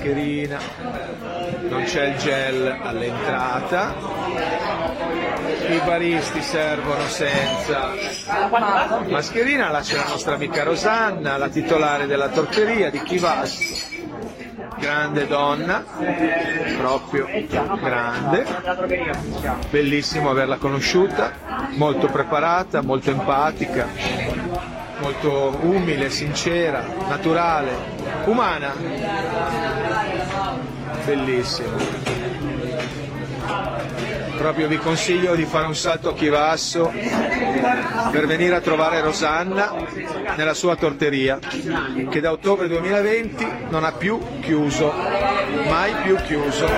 mascherina, non c'è il gel all'entrata, i baristi servono senza mascherina. Là c'è la nostra amica Rosanna, la titolare della torteria di Chivasso, grande donna, proprio grande, bellissimo averla conosciuta, molto preparata, molto empatica, molto umile, sincera, naturale, umana, bellissimo. Proprio vi consiglio di fare un salto a Chivasso per venire a trovare Rosanna nella sua torteria, che da ottobre 2020 non ha più chiuso, mai più chiuso,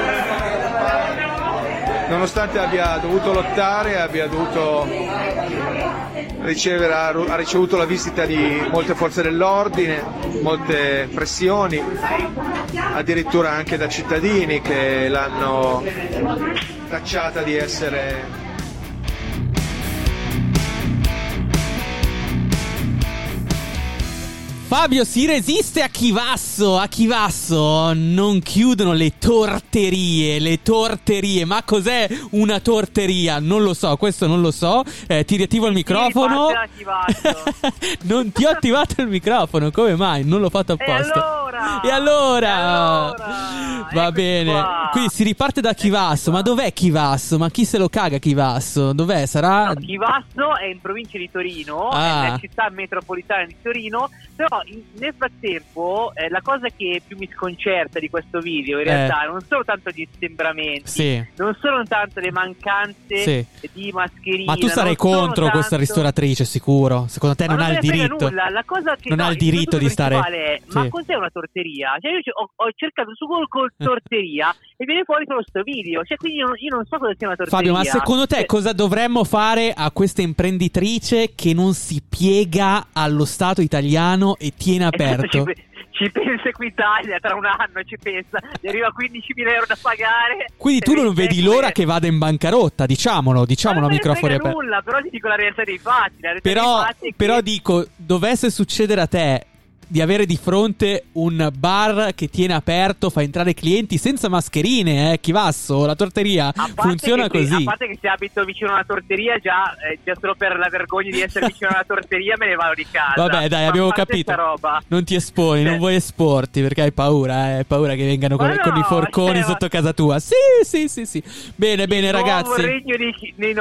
nonostante abbia dovuto lottare, abbia dovuto ha ricevuto la visita di molte forze dell'ordine, molte pressioni, addirittura anche da cittadini che l'hanno tacciata di essere Fabio si resiste a Chivasso non chiudono le torterie, ma cos'è una torteria? Non lo so, questo non lo so, ti riattivo il microfono. Non ti ho attivato il microfono, come mai? Non l'ho fatto apposta. E allora? Va bene, qua. Quindi si riparte da Chivasso, ma dov'è Chivasso? Ma chi se lo caga Chivasso? Dov'è? Sarà? No, Chivasso è in provincia di Torino, è nella città metropolitana di Torino, però nel frattempo la cosa che più mi sconcerta di questo video in realtà non sono tanto gli assembramenti, non sono tanto le mancanze di mascherine. Ma tu sarai contro questa ristoratrice, sicuro? Secondo te non ha il diritto? La cosa che non ha il diritto di stare è, ma cos'è una torteria? Cioè io ho cercato su Google torteria e viene fuori solo sto video, cioè quindi io non so cosa sia una torteria. Fabio, ma secondo te cosa dovremmo fare a questa imprenditrice che non si piega allo Stato italiano e tiene aperto? Ci pensa Equitalia, tra un anno ci pensa, gli arriva 15.000 euro da pagare. Quindi tu non vedi l'ora che vada in bancarotta, diciamolo a microfoni aperti. Non nulla, però ti dico la realtà dei fatti. Però dico, dovesse succedere a te di avere di fronte un bar che tiene aperto, fa entrare clienti senza mascherine, Chivasso, la torteria funziona così. A parte che se abito vicino a una torteria già solo per la vergogna di essere vicino a una torteria me ne vado di casa. Vabbè, dai, abbiamo capito. Roba. Non ti esponi, non vuoi esporti perché hai paura, hai paura che vengano con i forconi sotto casa tua. Sì. Bene, ragazzi. Il regno dei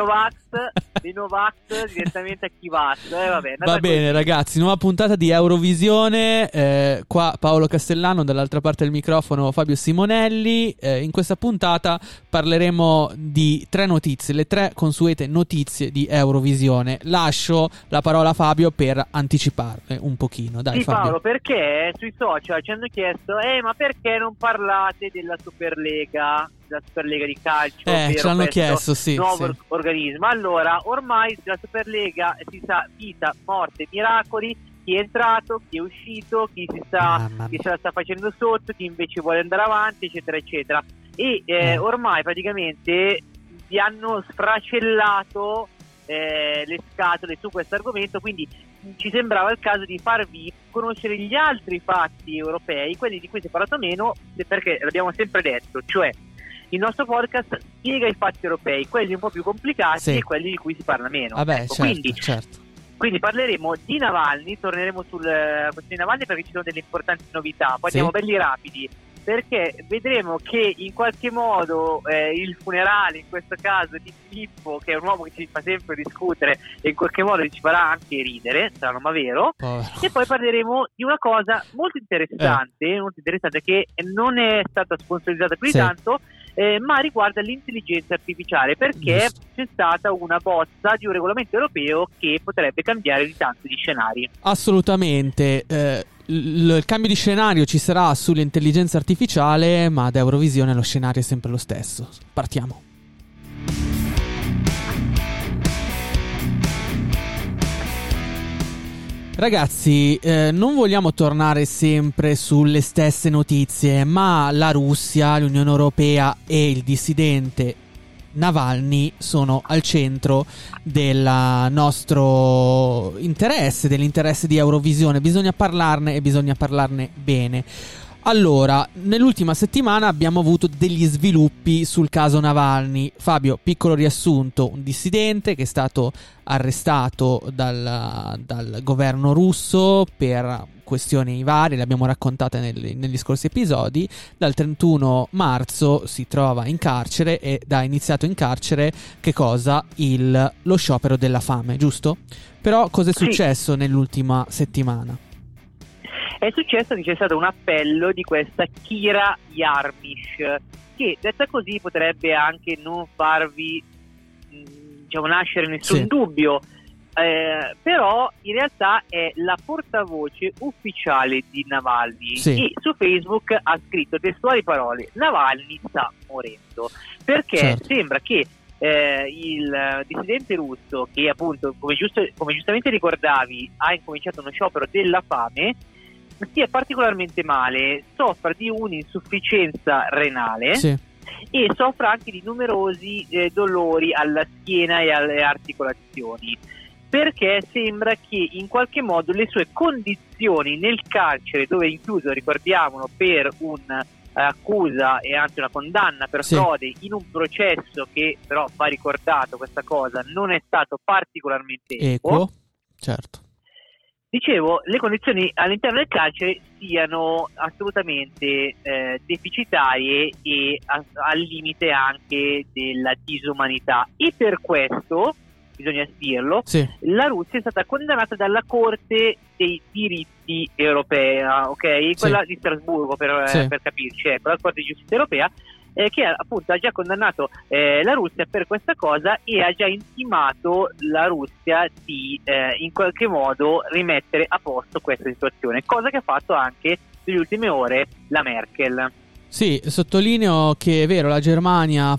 Novax direttamente a Chivasso. Va bene, ragazzi, nuova puntata di Eurovisione. Qua Paolo Castellano, dall'altra parte del microfono Fabio Simonelli. In questa puntata parleremo di 3 notizie, le 3 consuete notizie di Eurovisione. Lascio la parola a Fabio per anticiparle un pochino. Dai, Fabio. Paolo, perché sui social ci hanno chiesto ma perché non parlate della Superlega di calcio, ce l'hanno chiesto, nuovo organismo. Allora, ormai la Superlega si sa vita, morte, miracoli, chi è entrato, chi è uscito, chi se la sta facendo sotto, chi invece vuole andare avanti, eccetera eccetera. E ormai praticamente vi hanno sfracellato le scatole su questo argomento, quindi ci sembrava il caso di farvi conoscere gli altri fatti europei, quelli di cui si è parlato meno, perché l'abbiamo sempre detto, cioè il nostro podcast spiega i fatti europei, quelli un po' più complicati e quelli di cui si parla meno. Certo. Quindi parleremo di Navalny, torneremo sulla questione di Navalny perché ci sono delle importanti novità, poi andiamo belli rapidi, perché vedremo che in qualche modo il funerale, in questo caso di Filippo, che è un uomo che ci fa sempre discutere e in qualche modo ci farà anche ridere, strano ma vero, e poi parleremo di una cosa molto interessante che non è stata sponsorizzata più di tanto, ma riguarda l'intelligenza artificiale, perché c'è stata una bozza di un regolamento europeo che potrebbe cambiare di tanto gli scenari. Assolutamente. Il cambio di scenario ci sarà sull'intelligenza artificiale, ma ad Eurovisione lo scenario è sempre lo stesso. Partiamo. Ragazzi, non vogliamo tornare sempre sulle stesse notizie, ma la Russia, l'Unione Europea e il dissidente Navalny sono al centro del nostro interesse, dell'interesse di Eurovisione. Bisogna parlarne e bisogna parlarne bene. Allora, nell'ultima settimana abbiamo avuto degli sviluppi sul caso Navalny. Fabio, piccolo riassunto: un dissidente che è stato arrestato dal governo russo per questioni varie, le abbiamo raccontate negli scorsi episodi. Dal 31 marzo si trova in carcere ed ha iniziato in carcere che cosa? Lo sciopero della fame, giusto? Però cosa è successo nell'ultima settimana? È successo che c'è stato un appello di questa Kira Yarmish, che detta così potrebbe anche non farvi nascere nessun dubbio, però in realtà è la portavoce ufficiale di Navalny, e su Facebook ha scritto testuali parole: Navalny sta morendo, perché sembra che il dissidente russo, che appunto come giustamente ricordavi ha incominciato uno sciopero della fame, stia particolarmente male, soffra di un'insufficienza renale e soffra anche di numerosi dolori alla schiena e alle articolazioni, perché sembra che in qualche modo le sue condizioni nel carcere, dove è chiuso, ricordiamolo, per un'accusa e anzi una condanna per frode in un processo che però, va ricordato questa cosa, non è stato particolarmente equo. Certo. Dicevo, le condizioni all'interno del carcere siano assolutamente deficitarie e al limite anche della disumanità, e per questo, bisogna dirlo, la Russia è stata condannata dalla Corte dei diritti europea, ok? Quella di Strasburgo, per capirci, ecco, la Corte di giustizia europea, che appunto ha già condannato la Russia per questa cosa e ha già intimato la Russia di in qualche modo rimettere a posto questa situazione, cosa che ha fatto anche nelle ultime ore la Merkel. Sì, sottolineo che è vero, la Germania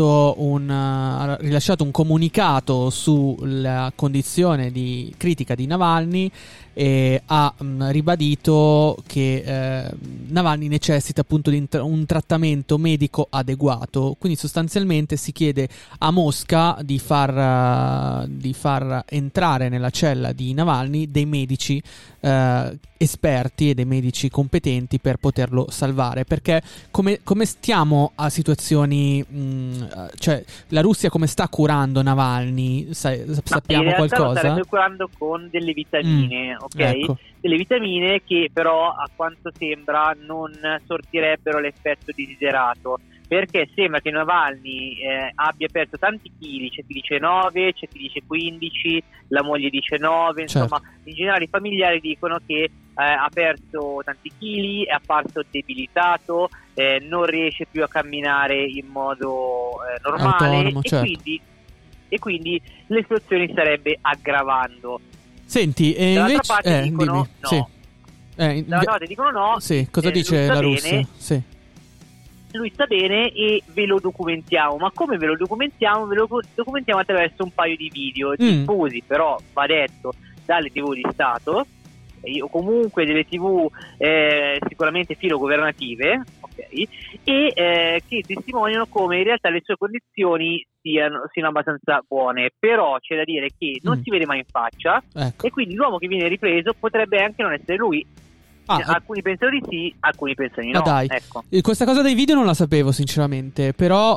ha rilasciato un comunicato sulla condizione di critica di Navalny e ha ribadito che Navalny necessita appunto di un trattamento medico adeguato, quindi sostanzialmente si chiede a Mosca di far entrare nella cella di Navalny dei medici esperti e dei medici competenti per poterlo salvare, perché come stiamo a situazioni cioè la Russia come sta curando Navalny? Sappiamo qualcosa? Lo starebbe curando con delle vitamine, ok? Ecco. Delle vitamine che però a quanto sembra non sortirebbero l'effetto desiderato, perché sembra che Navalny abbia perso tanti chili, c'è chi dice 9, c'è chi dice 15, la moglie dice 9, insomma in generale i familiari dicono che ha perso tanti chili, è apparso debilitato, non riesce più a camminare in modo normale, autonomo, e quindi le situazioni starebbe aggravando. Senti, dall'altra parte dicono no. Dall'altra parte dicono no. Sì, cosa dice la Russia? Lui sta bene e ve lo documentiamo. Ma come ve lo documentiamo? Ve lo documentiamo attraverso un paio di video diffusi, però va detto, dalle TV di Stato o comunque delle TV sicuramente filogovernative, ok, e che testimoniano come in realtà le sue condizioni siano abbastanza buone, però c'è da dire che non si vede mai in faccia, ecco. E quindi l'uomo che viene ripreso potrebbe anche non essere lui. Alcuni pensano di sì, alcuni pensano di no. Dai. Ecco. Questa cosa dei video non la sapevo sinceramente, però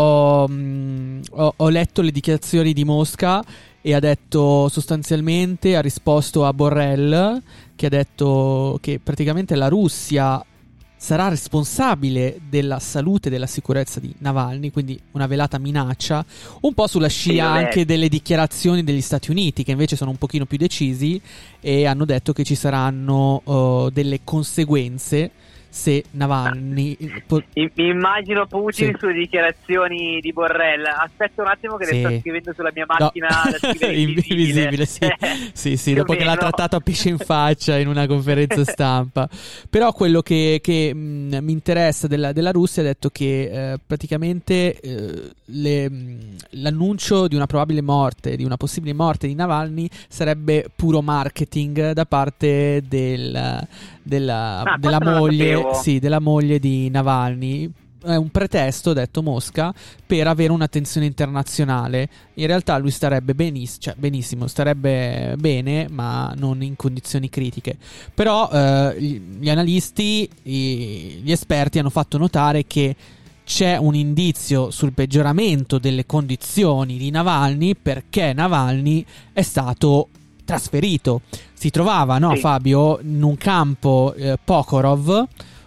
ho letto le dichiarazioni di Mosca e ha detto sostanzialmente, ha risposto a Borrell che ha detto che praticamente la Russia sarà responsabile della salute e della sicurezza di Navalny, quindi una velata minaccia, un po' sulla scia anche delle dichiarazioni degli Stati Uniti, che invece sono un pochino più decisi e hanno detto che ci saranno delle conseguenze se Navalny mi immagino Putin sulle dichiarazioni di Borrell. Aspetta un attimo che le sto scrivendo sulla mia macchina da scrivere invisibile. Sì, dopo che l'ha trattato a pesce in faccia in una conferenza stampa. Però quello che mi interessa della Russia, ha detto che praticamente l'annuncio di una probabile morte, di una possibile morte di Navalny sarebbe puro marketing da parte della moglie, della moglie di Navalny, un pretesto, detto Mosca, per avere un'attenzione internazionale. In realtà lui starebbe benissimo, starebbe bene, ma non in condizioni critiche. Però gli analisti, gli esperti hanno fatto notare che c'è un indizio sul peggioramento delle condizioni di Navalny, perché Navalny è stato trasferito. Si trovava, no, Fabio, in un campo Pokorov,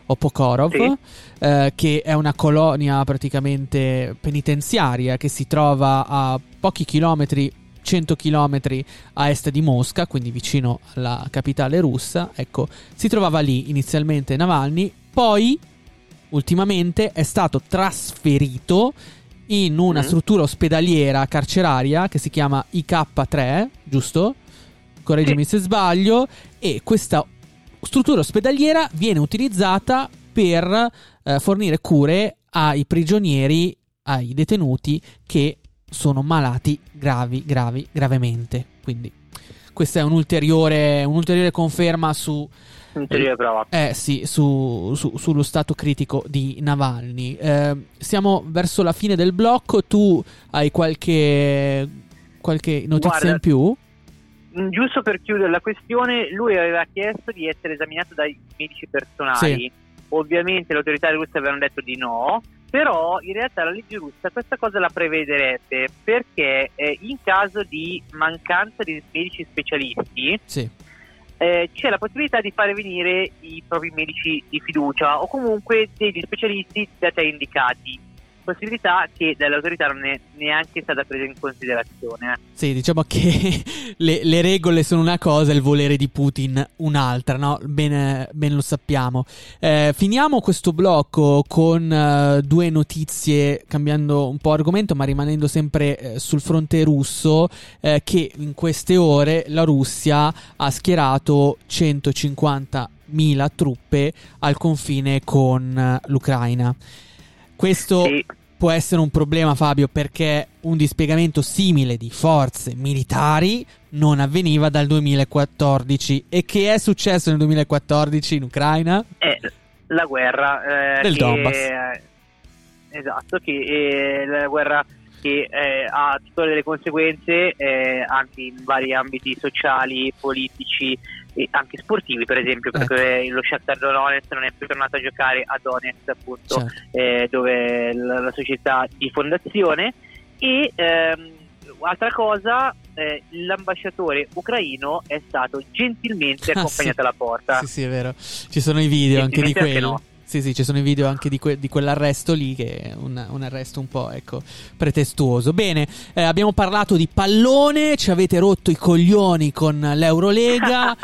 che è una colonia praticamente penitenziaria che si trova a pochi chilometri, 100 chilometri a est di Mosca, quindi vicino alla capitale russa. Ecco, si trovava lì inizialmente Navalny, poi ultimamente è stato trasferito in una struttura ospedaliera carceraria che si chiama IK3, giusto? Correggimi se sbaglio. E questa struttura ospedaliera viene utilizzata per fornire cure ai prigionieri, ai detenuti che sono malati gravemente. Quindi questa è un'ulteriore conferma su prova. Sullo stato critico di Navalny. Siamo verso la fine del blocco. Tu hai qualche notizia in più? Giusto per chiudere la questione, lui aveva chiesto di essere esaminato dai medici personali. Sì. Ovviamente le autorità russe avevano detto di no, però in realtà la legge russa questa cosa la prevederebbe, perché in caso di mancanza di medici specialisti c'è la possibilità di fare venire i propri medici di fiducia o comunque degli specialisti da te indicati, possibilità che dalle autorità non è neanche stata presa in considerazione. Sì, diciamo che le regole sono una cosa e il volere di Putin un'altra, no? Ben lo sappiamo. Finiamo questo blocco con due notizie, cambiando un po' argomento ma rimanendo sempre sul fronte russo, che in queste ore la Russia ha schierato 150.000 truppe al confine con l'Ucraina. Questo può essere un problema, Fabio, perché un dispiegamento simile di forze militari non avveniva dal 2014. E che è successo nel 2014 in Ucraina? La guerra del Donbass. Esatto, la guerra che ha tutte delle conseguenze anche in vari ambiti sociali, politici e anche sportivi, per esempio, perché lo Shakhtar Donetsk non è più tornato a giocare a Donetsk, appunto, dove la società di fondazione. E altra cosa, l'ambasciatore ucraino è stato gentilmente accompagnato alla porta. Sì, è vero, ci sono i video anche di quello. No. Sì, ci sono i video anche di quell'arresto lì, che è un arresto un po', pretestuoso. Bene, abbiamo parlato di pallone, ci avete rotto i coglioni con l'Eurolega.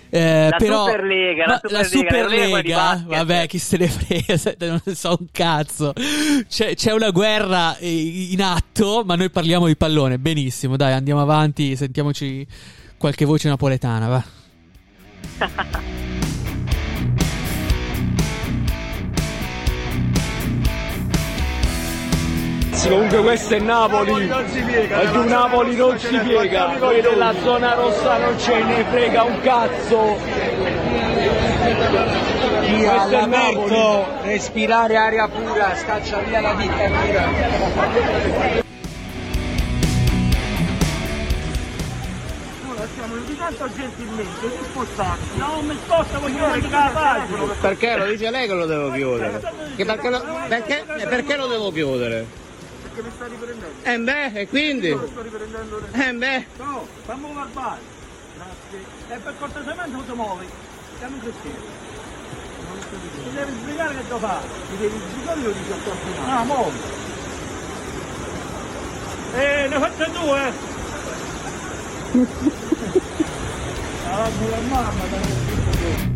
La Superlega, vabbè, chi se ne frega, non ne so un cazzo. C'è una guerra in atto, ma noi parliamo di pallone. Benissimo, dai, andiamo avanti, sentiamoci qualche voce napoletana, va. Comunque questo è Napoli, e tu Napoli non si piega, noi della zona rossa non ce ne frega un cazzo. Chi ha all'aperto respirare aria pura, scaccia via la dittatura. Stiamo invitando gentilmente di spostarsi. No, non mi sposta, voglio andare a pagina. Perché lo dice lei che lo devo chiudere? Perché lo devo chiudere? Che mi sta riprendendo. E quindi? Io sto riprendendo le... No, fammi guardare. Grazie. E per cortesemente non ti muovi. Siamo così. Mi devi spiegare che devo fare. Mi devi spiegare io dico a qualcuno. No, muovi. Ne faccio due. La mamma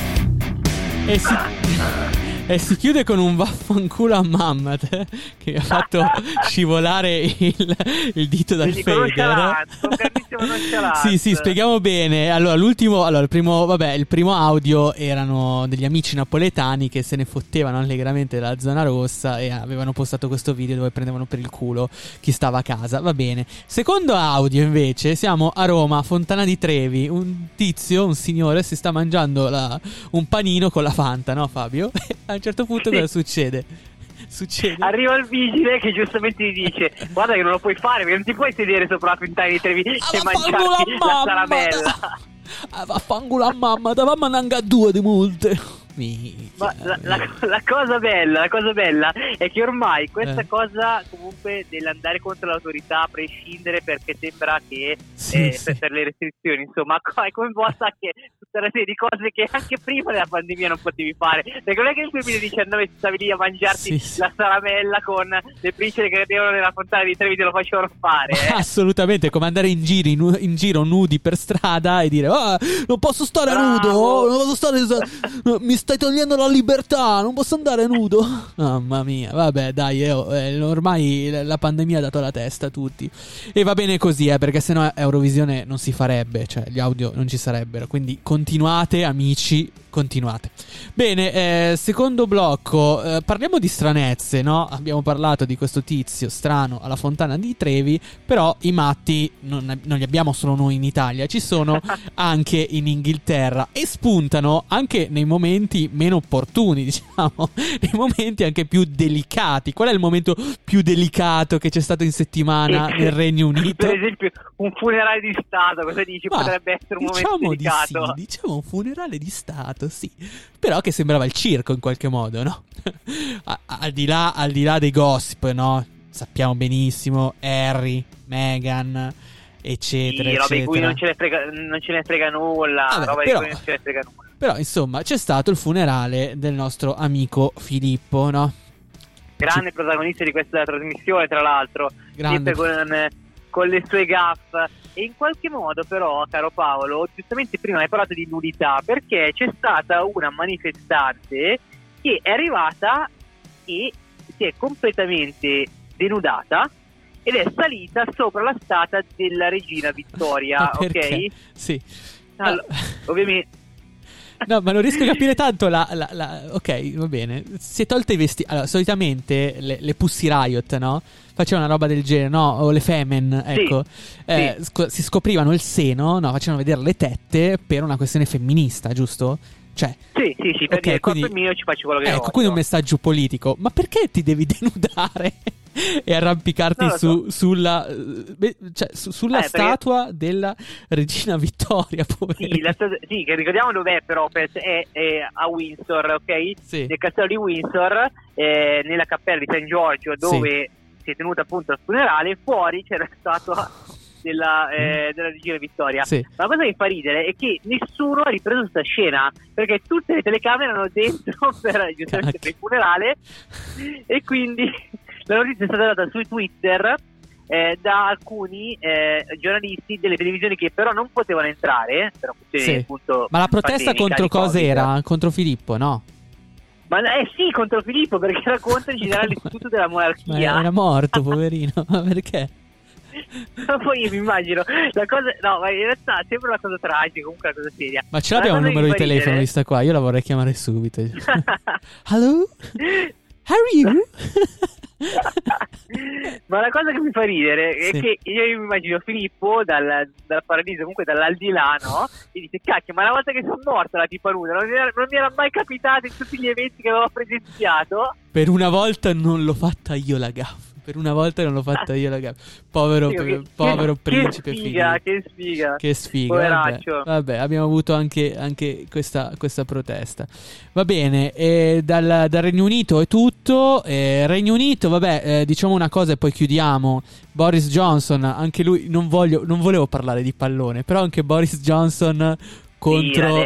E si chiude con un vaffanculo a Mammat, che ha fatto scivolare il dito dal Feder. Sì, spieghiamo bene. Allora, il primo audio erano degli amici napoletani che se ne fottevano allegramente dalla zona rossa e avevano postato questo video dove prendevano per il culo chi stava a casa. Va bene. Secondo audio invece siamo a Roma, Fontana di Trevi. Un signore si sta mangiando un panino con la Fanta, no Fabio? A un certo punto cosa succede? succede. Arriva il vigile che giustamente gli dice: guarda che non lo puoi fare, perché non ti puoi sedere sopra la fontana di Trevi e mangiarti la caramella. Vaffanculo a mamma, davamo a 2 di multe. Ma la cosa bella è che ormai questa cosa comunque dell'andare contro l'autorità a prescindere, perché sembra che per le restrizioni, insomma, è coinvolta anche tutta una serie di cose che anche prima della pandemia non potevi fare, perché non è che nel 2019 stavi lì a mangiarti la saramella con le briciole che cadevano nella fontana di Trevi, te lo facevano fare. Assolutamente, come andare in giro nudi per strada e dire non posso stare nudo, non posso stare, mi stai togliendo la libertà, non posso andare nudo. Mamma mia, vabbè dai, ormai la pandemia ha dato la testa a tutti e va bene così, perché sennò Eurovisione non si farebbe, cioè gli audio non ci sarebbero, quindi continuate amici, continuate. Bene, secondo blocco, parliamo di stranezze, no? Abbiamo parlato di questo tizio strano alla fontana di Trevi, però i matti non li abbiamo solo noi in Italia, ci sono anche in Inghilterra e spuntano anche nei momenti meno opportuni, diciamo, nei momenti anche più delicati. Qual è il momento più delicato che c'è stato in settimana nel Regno Unito? Per esempio un funerale di Stato, cosa dici? Potrebbe essere un momento delicato. Diciamo un funerale di Stato, sì, però che sembrava il circo in qualche modo, no? al di là dei gossip, no? Sappiamo benissimo Harry, Meghan, eccetera, roba eccetera. di cui non ce ne frega nulla. Vabbè, roba però, di cui non ce ne frega nulla. Però insomma c'è stato il funerale del nostro amico Filippo, no? Grande protagonista di questa trasmissione, tra l'altro, grande, sempre con le sue gaffe. E in qualche modo però, caro Paolo, giustamente prima hai parlato di nudità, perché c'è stata una manifestante che è arrivata e si è completamente denudata ed è salita sopra la statua della regina Vittoria, ok? Sì. Allora, ovviamente. No, ma non riesco a capire tanto ok, va bene. Si è tolte i vestiti. Allora, solitamente le Pussy Riot, no? Facevano una roba del genere, no? O le Femen, ecco. Si scoprivano il seno, no? Facevano vedere le tette per una questione femminista, giusto? Cioè, sì, per dire il corpo è mio, ci faccio quello che voglio. Quindi un messaggio politico. Ma perché ti devi denudare e arrampicarti sulla statua della regina Vittoria, poverina? Sì, che ricordiamo dov'è, però è a Windsor, ok? Sì. Nel castello di Windsor, nella cappella di San Giorgio, dove si è tenuto appunto il funerale. Fuori c'era la statua della regina Vittoria. Sì. Ma la cosa che mi fa ridere è che nessuno ha ripreso questa scena, perché tutte le telecamere erano dentro per il funerale, e quindi la notizia è stata data su Twitter da alcuni giornalisti delle televisioni che però non potevano entrare per appunto. Ma la protesta contro cosa era? Contro Filippo, no? Ma sì, contro Filippo, perché era contro in generale l'istituto della monarchia. Ma era morto, poverino. Ma perché? Ma poi io mi immagino la cosa, no, ma in realtà sembra una cosa tragica, comunque una cosa seria. Ma ce l'abbiamo un numero di telefono di sta qua? Io la vorrei chiamare subito. Hello? How are you? Ma la cosa che mi fa ridere è che io mi immagino Filippo dal paradiso, comunque dall'aldilà, no? E dice: cacchio, ma una volta che sono morta la tipa nuda non mi era mai capitato in tutti gli eventi che avevo presenziato. Per una volta non l'ho fatta io la gaffa. Per una volta non l'ho fatta io la gaffa. Povero principe Filippo. Che sfiga. Poveraccio. Vabbè, abbiamo avuto anche questa protesta. Va bene, dal Regno Unito è tutto. Regno Unito, vabbè, diciamo una cosa e poi chiudiamo. Boris Johnson, anche lui, non volevo parlare di pallone, però anche Boris Johnson contro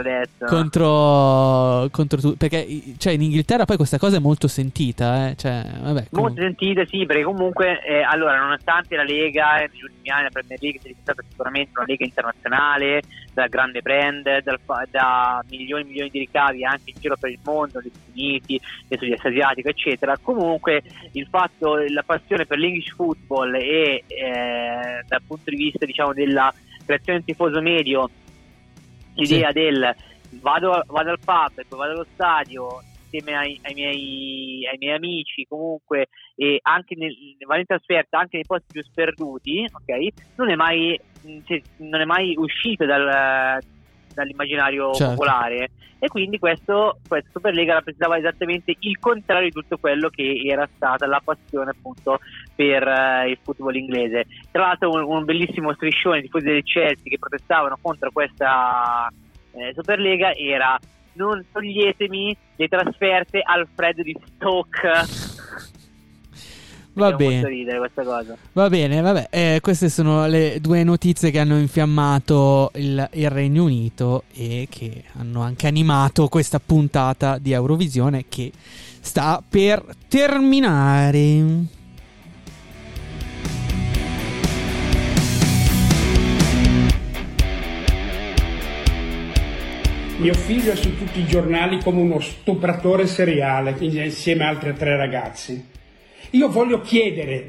perché cioè in Inghilterra poi questa cosa è molto sentita, cioè, vabbè, molto sentita, sì, perché comunque allora, nonostante la Lega negli ultimi anni, la Premier League sia diventata sicuramente una lega internazionale da grande brand, da milioni di ricavi anche in giro per il mondo, negli Stati Uniti, nel sud-est asiatico, eccetera, comunque il fatto, la passione per l'English football e dal punto di vista, diciamo, della creazione del tifoso medio, l'idea del vado al pub e poi vado allo stadio insieme ai miei amici, comunque, e anche vado in trasferta anche nei posti più sperduti, ok? Non è mai uscito dall'immaginario popolare, e quindi questa Superlega rappresentava esattamente il contrario di tutto quello che era stata la passione appunto per il football inglese. Tra l'altro un bellissimo striscione di tifosi del Chelsea che protestavano contro questa Superlega era: non toglietemi le trasferte al freddo di Stoke. Va bene. Molto ridere questa cosa. Va bene, vabbè. Queste sono le due notizie che hanno infiammato il Regno Unito e che hanno anche animato questa puntata di Eurovisione che sta per terminare. Mio figlio è su tutti i giornali come uno stupratore seriale insieme a altre 3 ragazzi. Io voglio chiedere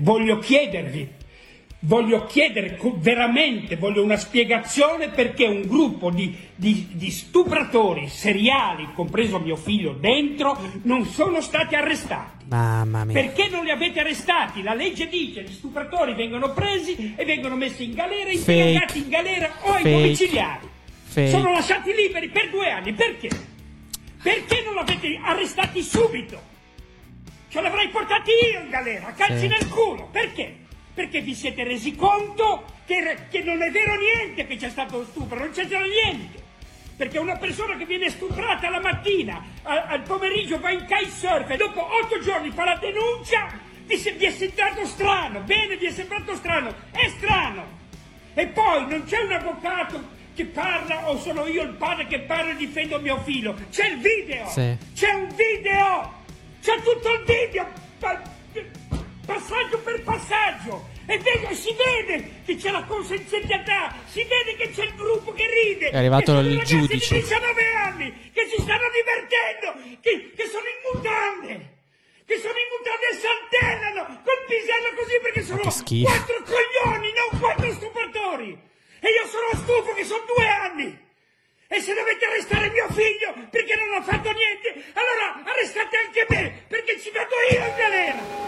veramente, voglio una spiegazione perché un gruppo di stupratori seriali, compreso mio figlio dentro, non sono stati arrestati. Mamma mia. Perché non li avete arrestati? La legge dice che gli stupratori vengono presi e vengono messi in galera, impiegati in galera o ai domiciliari. Sono lasciati liberi per 2 anni. Perché? Perché non l'avete arrestati subito? Ce l'avrei portati io in galera, a calci nel culo. Perché? Perché vi siete resi conto che non è vero niente che c'è stato lo stupro, non c'è niente. Perché una persona che viene stuprata la mattina, al pomeriggio va in kitesurf e dopo 8 giorni fa la denuncia, vi è sembrato strano. Bene, vi è sembrato strano. È strano. E poi non c'è un avvocato che parla o sono io il padre che parla e difendo mio figlio. C'è il video. Sì. C'è un video. C'è tutto il video, passaggio per passaggio, e si vede che c'è la consenzialità, si vede che c'è il gruppo che ride. È arrivato il Di giudice. 19 anni che si stanno divertendo, che sono in mutande, e saltellano col pisello così perché sono 4 coglioni, non 4 stupratori. E io sono stufo che sono 2 anni. E se dovete arrestare mio figlio perché non ho fatto niente, allora arrestate anche me, perché ci vado io in galera.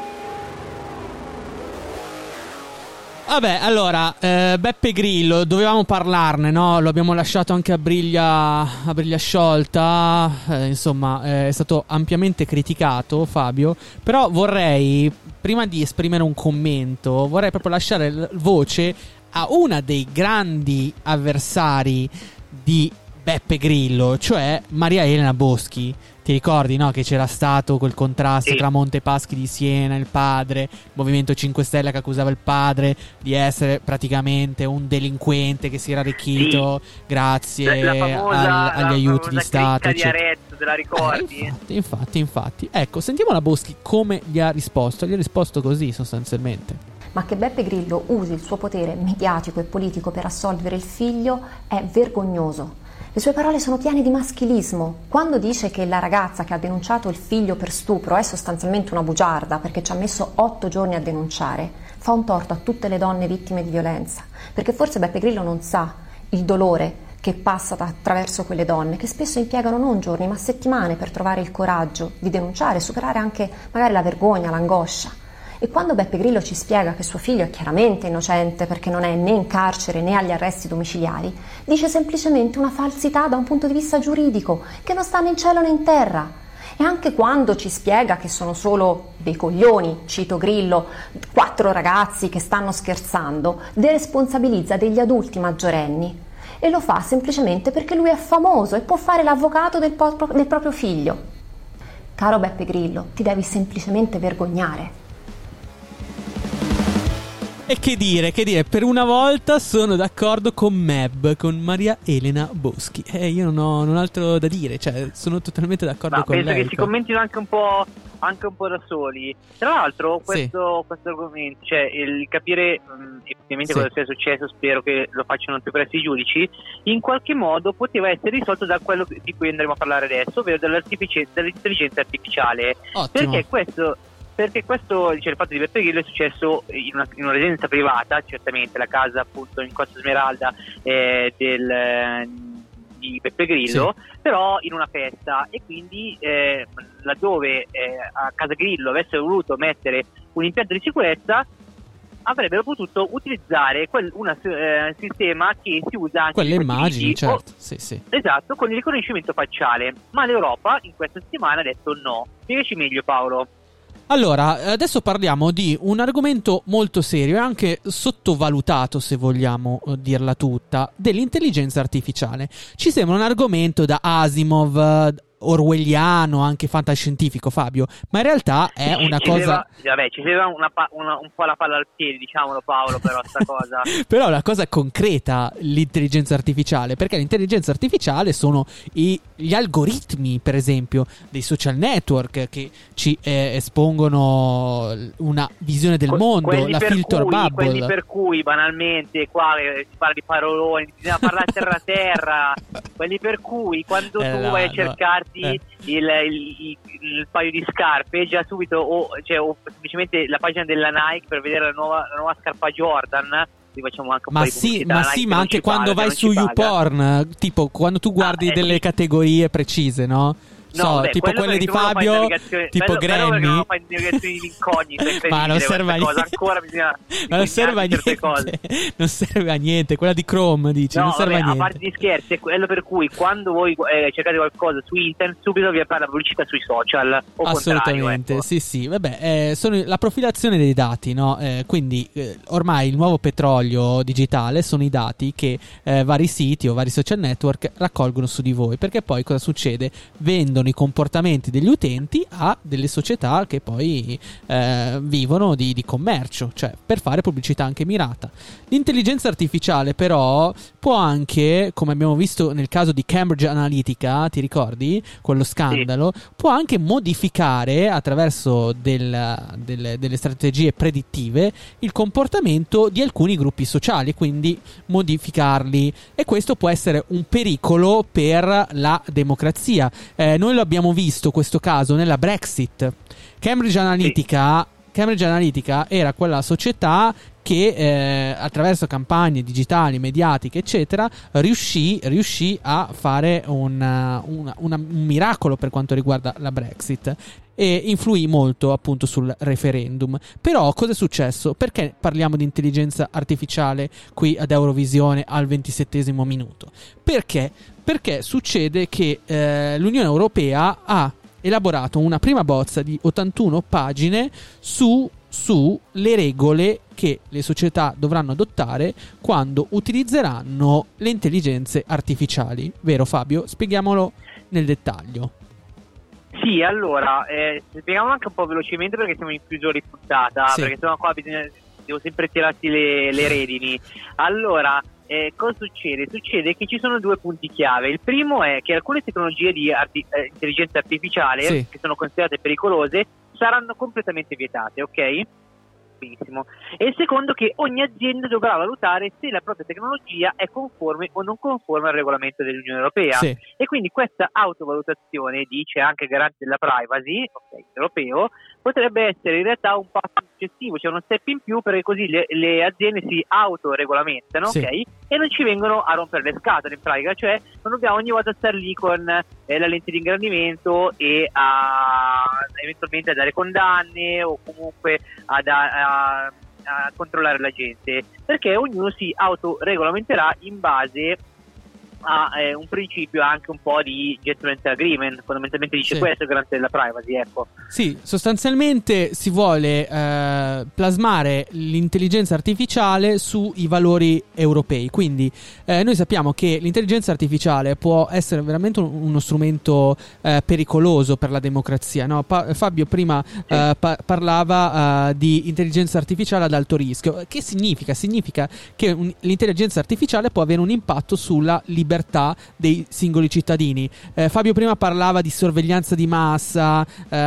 Vabbè, allora, Beppe Grillo, dovevamo parlarne, no? Lo abbiamo lasciato anche a briglia sciolta, insomma, è stato ampiamente criticato, Fabio, però vorrei, prima di esprimere un commento, vorrei proprio lasciare voce a una dei grandi avversari di Beppe Grillo, cioè Maria Elena Boschi. Ti ricordi, no? Che c'era stato quel contrasto tra Montepaschi di Siena, il padre, il Movimento 5 Stelle che accusava il padre di essere praticamente un delinquente che si era arricchito grazie agli aiuti di Stato. Di Arezzo, te la ricordi? Infatti. Ecco, sentiamo la Boschi come gli ha risposto. Gli ha risposto così sostanzialmente. Ma che Beppe Grillo usi il suo potere mediatico e politico per assolvere il figlio è vergognoso. Le sue parole sono piene di maschilismo. Quando dice che la ragazza che ha denunciato il figlio per stupro è sostanzialmente una bugiarda perché ci ha messo 8 giorni a denunciare, fa un torto a tutte le donne vittime di violenza, perché forse Beppe Grillo non sa il dolore che passa attraverso quelle donne che spesso impiegano non giorni ma settimane per trovare il coraggio di denunciare, superare anche magari la vergogna, l'angoscia. E quando Beppe Grillo ci spiega che suo figlio è chiaramente innocente perché non è né in carcere né agli arresti domiciliari, dice semplicemente una falsità da un punto di vista giuridico, che non sta né in cielo né in terra. E anche quando ci spiega che sono solo dei coglioni, cito Grillo, 4 ragazzi che stanno scherzando, deresponsabilizza degli adulti maggiorenni. E lo fa semplicemente perché lui è famoso e può fare l'avvocato del proprio figlio. Caro Beppe Grillo, ti devi semplicemente vergognare. E che dire, per una volta sono d'accordo con Meb, con Maria Elena Boschi. Io non ho altro da dire, cioè sono totalmente d'accordo con lei. Penso che si commentino anche un po' da soli. Tra l'altro questo argomento, cioè il capire effettivamente cosa sia successo, spero che lo facciano più presto i giudici, in qualche modo poteva essere risolto da quello di cui andremo a parlare adesso, ovvero dell'intelligenza artificiale. Ottimo. Perché questo, il fatto di Beppe Grillo è successo in una residenza privata, certamente la casa appunto in Costa Smeralda di Beppe Grillo, però in una festa, e quindi laddove a casa Grillo avessero voluto mettere un impianto di sicurezza, avrebbero potuto utilizzare un sistema che si usa anche quelle immagini, certo. Sì. Esatto, con il riconoscimento facciale. Ma l'Europa in questa settimana ha detto no. Spiegaci meglio, Paolo. Allora, adesso parliamo di un argomento molto serio e anche sottovalutato, se vogliamo dirla tutta, dell'intelligenza artificiale. Ci sembra un argomento da Asimov, orwelliano, anche fantascientifico, Fabio, ma in realtà è una cosa... ci serve un po' la palla al piede, diciamolo, Paolo, però sta cosa... Però è una cosa concreta l'intelligenza artificiale, perché l'intelligenza artificiale sono gli algoritmi, per esempio, dei social network che ci espongono una visione del mondo, la filter bubble. Quelli per cui banalmente qua si parla di paroloni, bisogna parlare terra, quelli per cui quando tu vai a cercarti il paio di scarpe già subito o semplicemente la pagina della Nike per vedere la nuova scarpa Jordan, facciamo anche un po' di pubblicità, ma anche quando vai su YouPorn, tipo quando tu guardi delle categorie precise, no? Tipo quelle di Fabio, tipo Grammy. Non fai navigazioni di incognito, ma non serve a niente. Ancora bisogna non serve a niente. Non serve a niente. Quella di Chrome, dici, non serve a niente. A parte di scherzi, è quello per cui quando voi cercate qualcosa su internet, subito vi appare la pubblicità sui social. O assolutamente, ecco. sì. Vabbè, sono la profilazione dei dati, no? Quindi ormai il nuovo petrolio digitale sono i dati che vari siti o vari social network raccolgono su di voi. Perché poi cosa succede? Vendono i comportamenti degli utenti a delle società che poi vivono di commercio, cioè per fare pubblicità anche mirata. L'intelligenza artificiale però può anche, come abbiamo visto nel caso di Cambridge Analytica, ti ricordi? Quello scandalo, sì. Può anche modificare attraverso delle strategie predittive il comportamento di alcuni gruppi sociali, quindi modificarli, e questo può essere un pericolo per la democrazia. Noi lo abbiamo visto questo caso nella Brexit. Cambridge Analytica era quella società che attraverso campagne digitali, mediatiche, eccetera, riuscì a fare un miracolo per quanto riguarda la Brexit e influì molto appunto sul referendum. Però cosa è successo? Perché parliamo di intelligenza artificiale qui ad Eurovisione al 27° minuto? Perché succede che l'Unione Europea ha elaborato una prima bozza di 81 pagine su le regole che le società dovranno adottare quando utilizzeranno le intelligenze artificiali. Vero, Fabio? Spieghiamolo nel dettaglio. Sì, allora, spieghiamo anche un po' velocemente perché siamo in chiusura di puntata, sì. Perché sennò qua devo sempre tirarti le redini. Allora, cosa succede? Succede che ci sono due punti chiave. Il primo è che alcune tecnologie di intelligenza artificiale, sì, che sono considerate pericolose, saranno completamente vietate, ok? Benissimo. E il secondo che ogni azienda dovrà valutare se la propria tecnologia è conforme o non conforme al regolamento dell'Unione Europea, sì. E quindi questa autovalutazione, dice anche il garante della privacy, okay, europeo, potrebbe essere in realtà un passo successivo, cioè uno step in più, perché così le aziende si autoregolamentano, sì, ok? E non ci vengono a rompere le scatole in pratica, cioè non dobbiamo ogni volta stare lì con la lente di ingrandimento e eventualmente a dare condanne o comunque a controllare la gente, perché ognuno si autoregolamenterà in base a un principio anche un po' di gentleman's agreement, fondamentalmente dice, sì, questo è garante della privacy, ecco. Sì, sostanzialmente si vuole plasmare l'intelligenza artificiale sui valori europei, quindi noi sappiamo che l'intelligenza artificiale può essere veramente uno strumento pericoloso per la democrazia, no? Fabio prima parlava di intelligenza artificiale ad alto rischio. Che significa? Significa che l'intelligenza artificiale può avere un impatto sulla libertà dei singoli cittadini. Fabio prima parlava di sorveglianza di massa,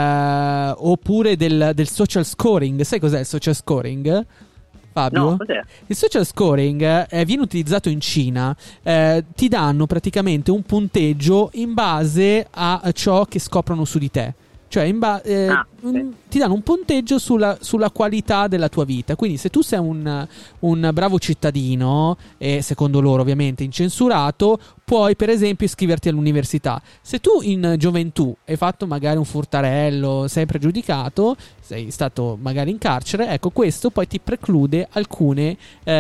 oppure del social scoring. Sai cos'è il social scoring, Fabio? No, cos'è? Il social scoring viene utilizzato in Cina. Ti danno praticamente un punteggio in base a ciò che scoprono su di te. Cioè ti danno un punteggio sulla qualità della tua vita. Quindi se tu sei un bravo cittadino, e secondo loro ovviamente incensurato, puoi per esempio iscriverti all'università. Se tu in gioventù hai fatto magari un furtarello, sei pregiudicato, sei stato magari in carcere, ecco, questo poi ti preclude alcune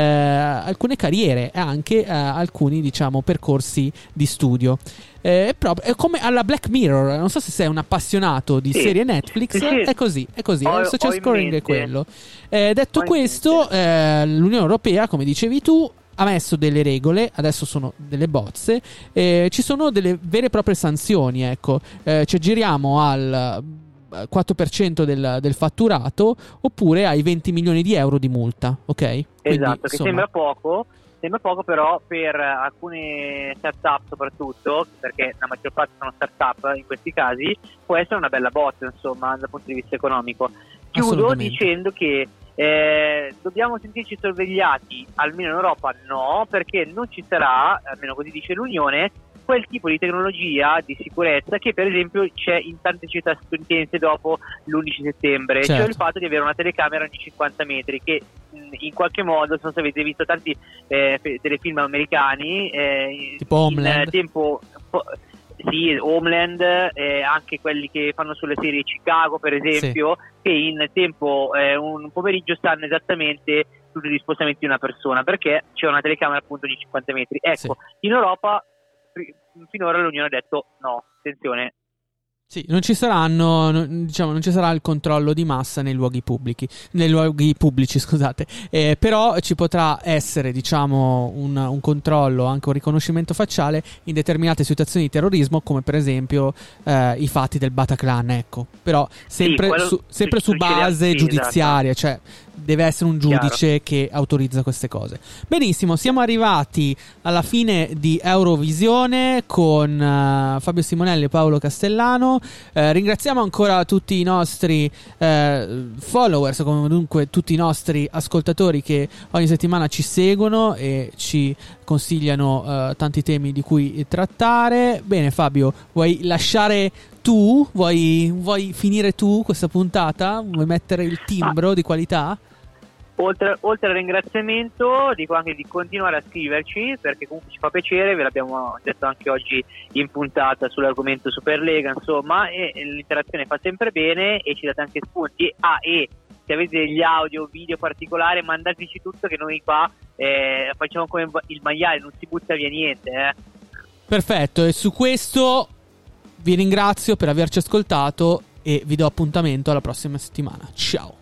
carriere e anche alcuni, diciamo, percorsi di studio. È come alla Black Mirror. Non so se sei un appassionato di serie Netflix. È così. Il social scoring è quello. Detto questo, l'Unione Europea, come dicevi tu, ha messo delle regole, adesso sono delle bozze, ci sono delle vere e proprie sanzioni, ecco. Ci aggiriamo al 4% del fatturato, oppure ai 20 milioni di euro di multa, ok? Quindi, esatto, che insomma, sembra poco però per alcune start-up soprattutto, perché la maggior parte sono start-up in questi casi, può essere una bella botta, insomma, dal punto di vista economico. Chiudo dicendo che dobbiamo sentirci sorvegliati, almeno in Europa no, perché non ci sarà, almeno così dice l'Unione, quel tipo di tecnologia di sicurezza che per esempio c'è in tante città statunitensi dopo l'11 settembre, certo. Cioè il fatto di avere una telecamera ogni 50 metri che in qualche modo, non so se avete visto tanti telefilm americani, tipo Homeland, in tempo... Sì, Homeland, anche quelli che fanno sulle serie Chicago per esempio, sì, che in tempo un pomeriggio stanno esattamente tutti gli spostamenti di una persona, perché c'è una telecamera appunto di 50 metri. Ecco, sì. In Europa finora l'Unione ha detto no, attenzione. Sì, non ci sarà il controllo di massa nei luoghi pubblici, scusate. Però ci potrà essere, diciamo, un controllo, anche un riconoscimento facciale in determinate situazioni di terrorismo, come per esempio i fatti del Bataclan, ecco. Però sempre su base giudiziaria, esatto. Cioè deve essere un giudice che autorizza queste cose. Benissimo, siamo arrivati alla fine di Eurovisione con Fabio Simonelli e Paolo Castellano. Ringraziamo ancora tutti i nostri followers, come dunque tutti i nostri ascoltatori che ogni settimana ci seguono e ci consigliano tanti temi di cui trattare. Bene, Fabio, vuoi lasciare tu? Vuoi finire tu questa puntata? Vuoi mettere il timbro di qualità? Oltre al ringraziamento, dico anche di continuare a scriverci, perché comunque ci fa piacere, ve l'abbiamo detto anche oggi in puntata sull'argomento Superlega, insomma, e l'interazione fa sempre bene e ci date anche spunti. E se avete degli audio o video particolari, mandateci tutto, che noi qua facciamo come il maiale, non si butta via niente. Perfetto, e su questo vi ringrazio per averci ascoltato e vi do appuntamento alla prossima settimana. Ciao!